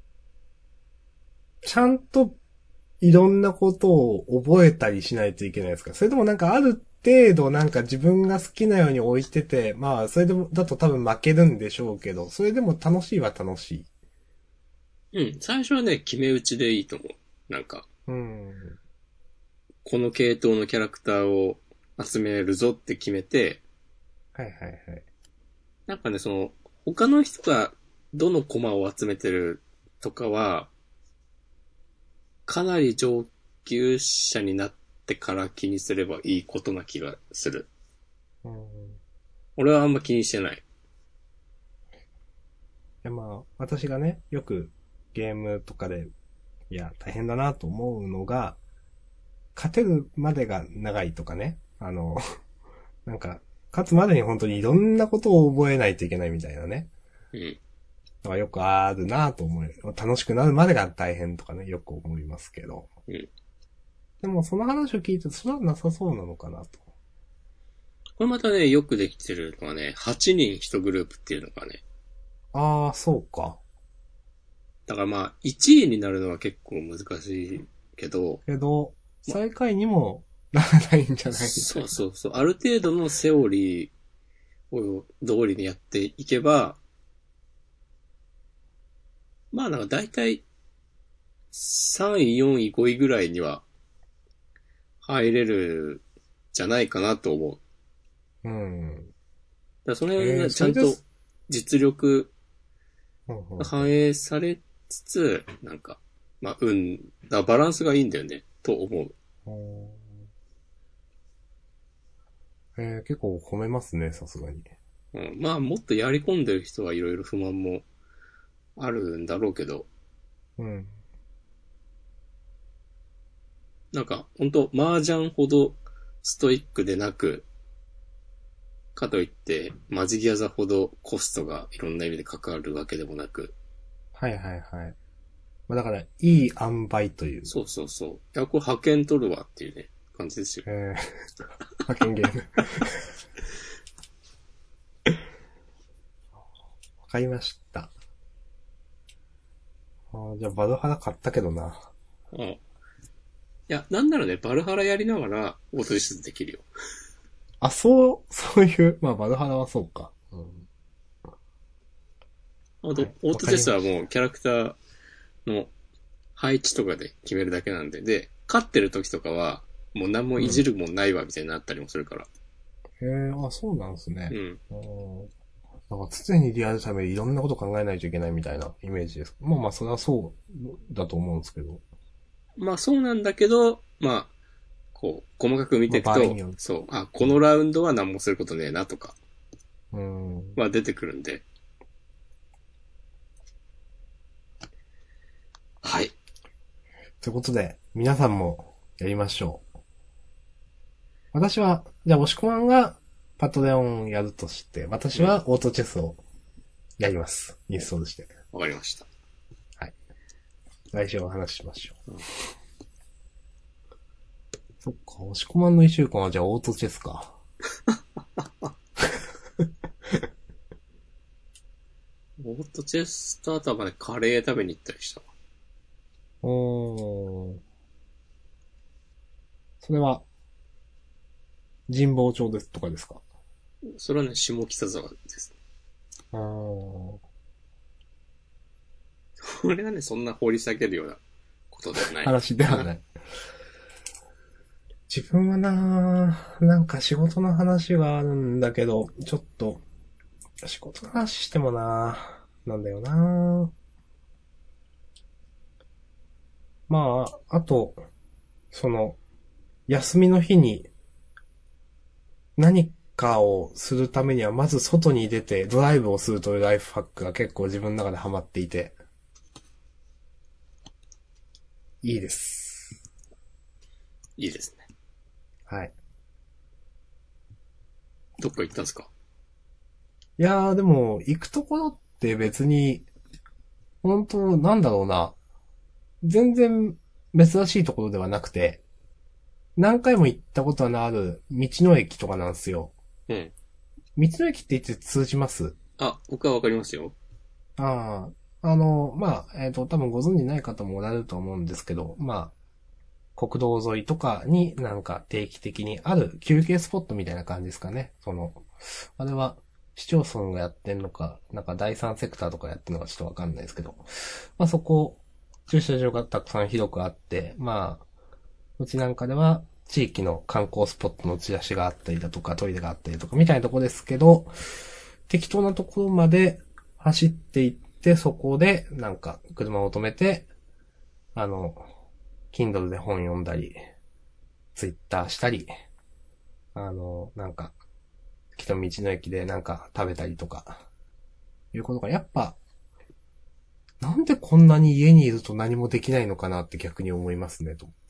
ちゃんといろんなことを覚えたりしないといけないですか？それともなんかある程度なんか自分が好きなように置いてて、まあ、それでも、だと多分負けるんでしょうけど、それでも楽しいは楽しい。 うん。最初はね、決め打ちでいいと思う。なんか、 うん。 この系統のキャラクターを集めるぞって決めて、 はいはいはい。 なんかね、その、他の人がどのコマを集めてるとかは、かなり上級者になってから気にすればいいことな気がする。 うん。 俺はあんま気にしてない。 やまあ、私がね、よくゲームとかで、いや、大変だなと思うのが、勝てるまでが長いとかね。あの、なんか、勝つまでに本当にいろんなことを覚えないといけないみたいなね。 うん。 のがよくあるなと思う。楽しくなるまでが大変とかね、よく思いますけど。 うん。 でもその話を聞いて、それはなさそうなのかなと。 これまたね、よくできてるのがね、はちにんいちグループっていうのがね。 ああ、そうか。 だからまあ、いちいになるのは結構難しいけど、 けど、 ま、 最下位にもならないんじゃないみたそういな。 そうそう、ある程度のセオリーを通りにやっていけば、まあなんか大体さんい、よんい、ごいぐらいには入れるじゃないかなと思う。だかうん。 らその辺えー、 がちゃんとそれです。 実力うんうんうん。 が反映されつつ、なんか、まあ運、だバランスがいいんだよね、と思う。 えー、結構褒めますね、さすがに。 うん、まあもっとやり込んでる人はいろいろ不満もあるんだろうけど、 うん。 なんか、本当麻雀ほどストイックでなく、かといって、マジギアザほどコストがいろんな意味でかかるわけでもなく、 はいはいはい。まあ、だから、いい塩梅という。 そうそうそう。いや、これ派遣取るわっていうね、感じですよ。 えー、派遣ゲーム。わかりました。あーじゃあ、バルハラ買ったけどな。 うん。いや、なんならね、バルハラやりながら、オートリスできるよ。 あ、そう、そういう、まあ、バルハラはそうか。うん。 あと、 はい。 オートチェわかりスはもうました。 キャラクターの配置とかで決めるだけなんで、で、勝ってる時とかは、もう何もうん。 いじるもんないわ、みたいになったりもするから。 へえ、あ、そうなんですね。 うん。 うん。なんか常にリアルタイムでいろんなこと考えないといけないみたいなイメージです。まあまあ、それはそうだと思うんですけど。 まあそうなんだけど、まあ、こう、細かく見まあ、 ていくと、 場合による。 そう、あ、 うん。 このラウンドは何もすることねえなとか、 うん。 は出てくるんで。はい。 ということで、皆さんもやりましょう。私は、じゃあ、押し込まんがパトレオンやるとして、私うん。 はオートチェスをやります。インストールして。 わかりました。 はい。来週お話ししましょう。 うん、 そっか、押し込まんの一週間はじゃあオートチェスか。 オートチェスターターまでカレー食べに行ったりしたわ。 おー。それは、神保町ですとかですか？ それはね、下北沢ですね。 あー。 これはね、そんな掘り下げるようなことではない。 話ではない。自分はなぁ、なんか仕事の話はあるんだけど、ちょっと、仕事の話してもなぁ、なんだよなぁ。まあ、あと、その、休みの日に何かをするためには、まず外に出てドライブをするというライフハックが結構自分の中でハマっていて、いいです。 いいですね。 はい。 どっか行ったんすか？ いやーでも、行くところって別に、本当なんだろうな。全然珍しいところではなくて、何回も行ったことのある道の駅とかなんですよ。 うん。 道の駅って言って通じます？ あ、僕はわかりますよ。 ああ、あの、まあ、えっと、多分ご存知ない方もおられると思うんですけど、まあ、国道沿いとかになんか定期的にある休憩スポットみたいな感じですかね。その、あれは市町村がやってんのか、なんか第三セクターとかやってんのかちょっとわかんないですけど、まあそこ、駐車場がたくさん広くあって、まあ、うちなんかでは地域の観光スポットのチラシがあったりだとか、トイレがあったりとかみたいなとこですけど、適当なところまで走っていって、そこでなんか車を止めて、あの、Kindle で本読んだり、ツイッターしたり、あの、なんか、きっと道の駅でなんか食べたりとか、いうことがやっぱ、なんでこんなに家にいると何もできないのかなって逆に思いますね、と思って。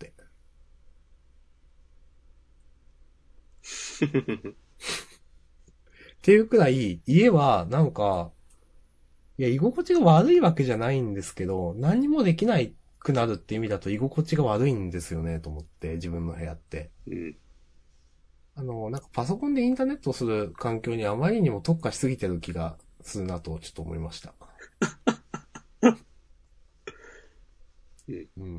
っていうくらい、家はなんか、いや、居心地が悪いわけじゃないんですけど、何もできないくなるって意味だと居心地が悪いんですよね、と思って、自分の部屋って。 うん。 あの、なんかパソコンでインターネットする環境にあまりにも特化しすぎてる気がするなと、ちょっと思いました。 うん。 うん。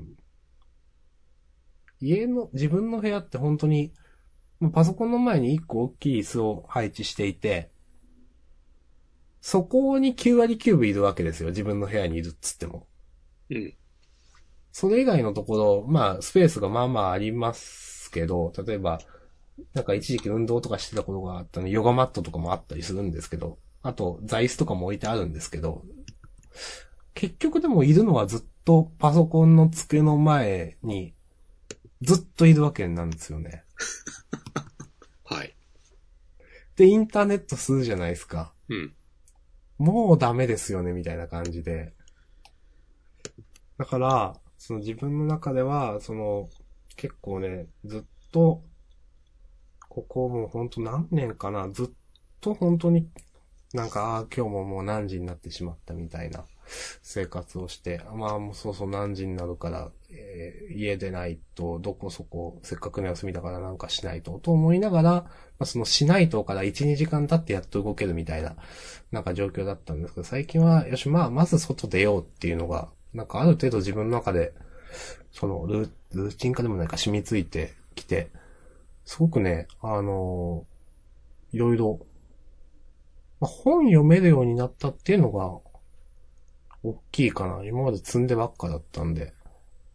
家の、自分の部屋って本当に、パソコンの前に一個大きい椅子を配置していて、そこにきゅう割きゅうぶいるわけですよ。自分の部屋にいるっつっても。 うん。 それ以外のところ、まあ、スペースがまあまあありますけど、例えば、なんか一時期運動とかしてたことがあったので、ヨガマットとかもあったりするんですけど、あと、座椅子とかも置いてあるんですけど、結局でもいるのはずっとパソコンの机の前にずっといるわけなんですよね。 はい。 で、インターネットするじゃないですか。 うん。 もうダメですよね、みたいな感じで。だから、その自分の中では、その、結構ね、ずっと、ここもうほんと何年かな、ずっと本当になんか、ああ、今日ももう何時になってしまったみたいな生活をして、まあもうそうそう何時になるから、えー家出ないと、どこそこ、せっかくの休みだからなんかしないと、と思いながら、まあ、そのしないとからいち、にじかん経ってやっと動けるみたいな、なんか状況だったんですけど、最近は、よし、まあ、まず外出ようっていうのが、なんかある程度自分の中で、そのルー、ルーチン化でもないか染みついてきて、すごくね、あのーいろいろ、まあ、本読めるようになったっていうのが、大きいかな。今まで積んでばっかだったんで。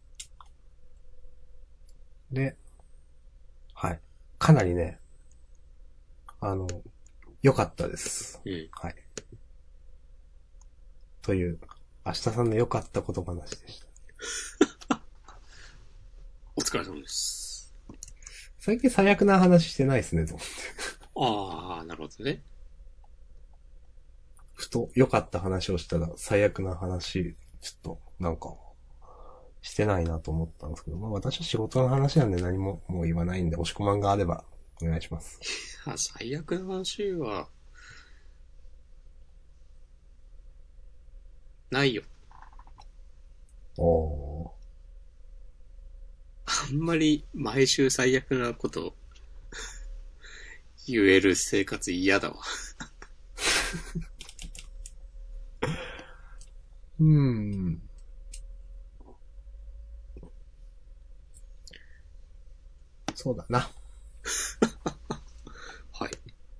で、はい。かなりね、あの、良かったです。 うん。 はい。という、明日さんの良かった言葉なしでした。 お疲れ様です。 最近最悪な話してないですね、と思って。 ああ、なるほどね。 ふと良かった話をしたら最悪な話、ちょっと、なんか、してないなと思ったんですけど、まあ私は仕事の話なんで何ももう言わないんで、押し込まんがあればお願いします。 あ、最悪の話は、ないよ。 おー。 あんまり毎週最悪なこと言える生活嫌だわ。 うーん。そうだな。 はい。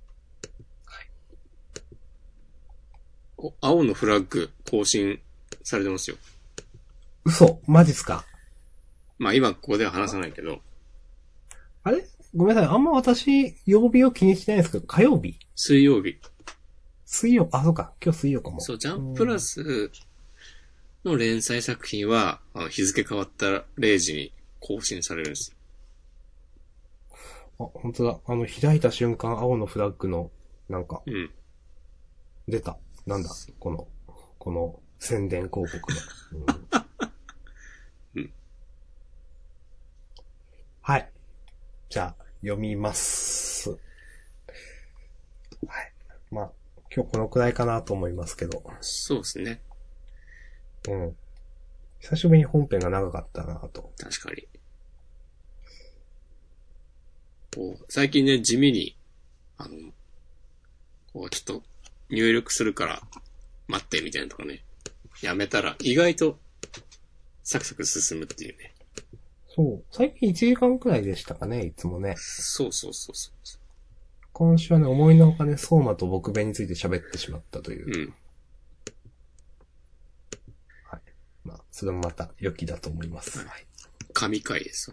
お、青のフラッグ更新されてますよ。 嘘、マジっすか？ まあ今ここでは話さないけど、 あれごめんなさい。あんま私、曜日を気にしてないんですけど、火曜日水曜日。 水曜、あ、そうか。今日水曜かも。 そう、ジャンプラスの連載作品は、あの日付変わったれいじに更新されるんですよ。 あ、本当だ。あの、開いた瞬間、青のフラッグの、なんか、 うん。 出た。なんだこの、この、宣伝広告が。 うん。 はい。じゃあ、読みます。 はい。まあ、今日このくらいかなと思いますけど。 そうですね。 うん。久しぶりに本編が長かったなと。 確かに。こう、最近ね、地味に、あの、こう、ちょっと、入力するから、待って、みたいなのとかね。やめたら、意外と、サクサク進むっていうね。 そう。最近いちじかんくらいでしたかね、いつもね。 そうそうそうそう。 今週はね、思いのほかね、相馬と僕弁について喋ってしまったという。 うん。 はい。まあ、それもまた良きだと思います。はい。 神回ですよ。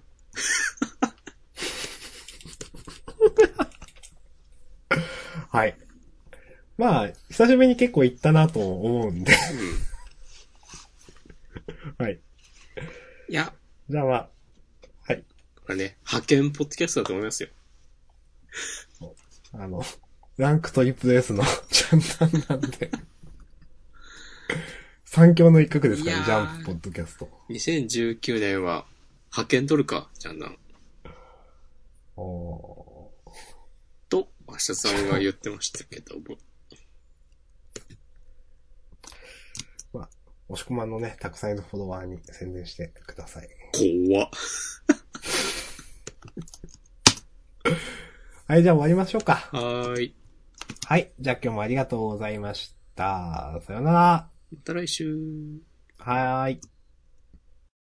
はい。まあ、久しぶりに結構行ったなと思うんで。 うん。 はい。 いや。 じゃあまあ、はい。 これね、派遣ポッドキャストだと思いますよ。 あの、ランクトリプル S のジャンダンなんで。三強の一角ですからね、ジャンプポッドキャスト。 にせんじゅうきゅうねんは、派遣取るか、ジャンダン。 おー。 と、明日さんが言ってましたけども。 まあ、押し込まんのね、たくさんいるフォロワーに宣伝してください。 怖っ。 はい、じゃあ終わりましょうか。 はーい。 はい、じゃあ今日もありがとうございました。さよなら。 また来週。 はーい。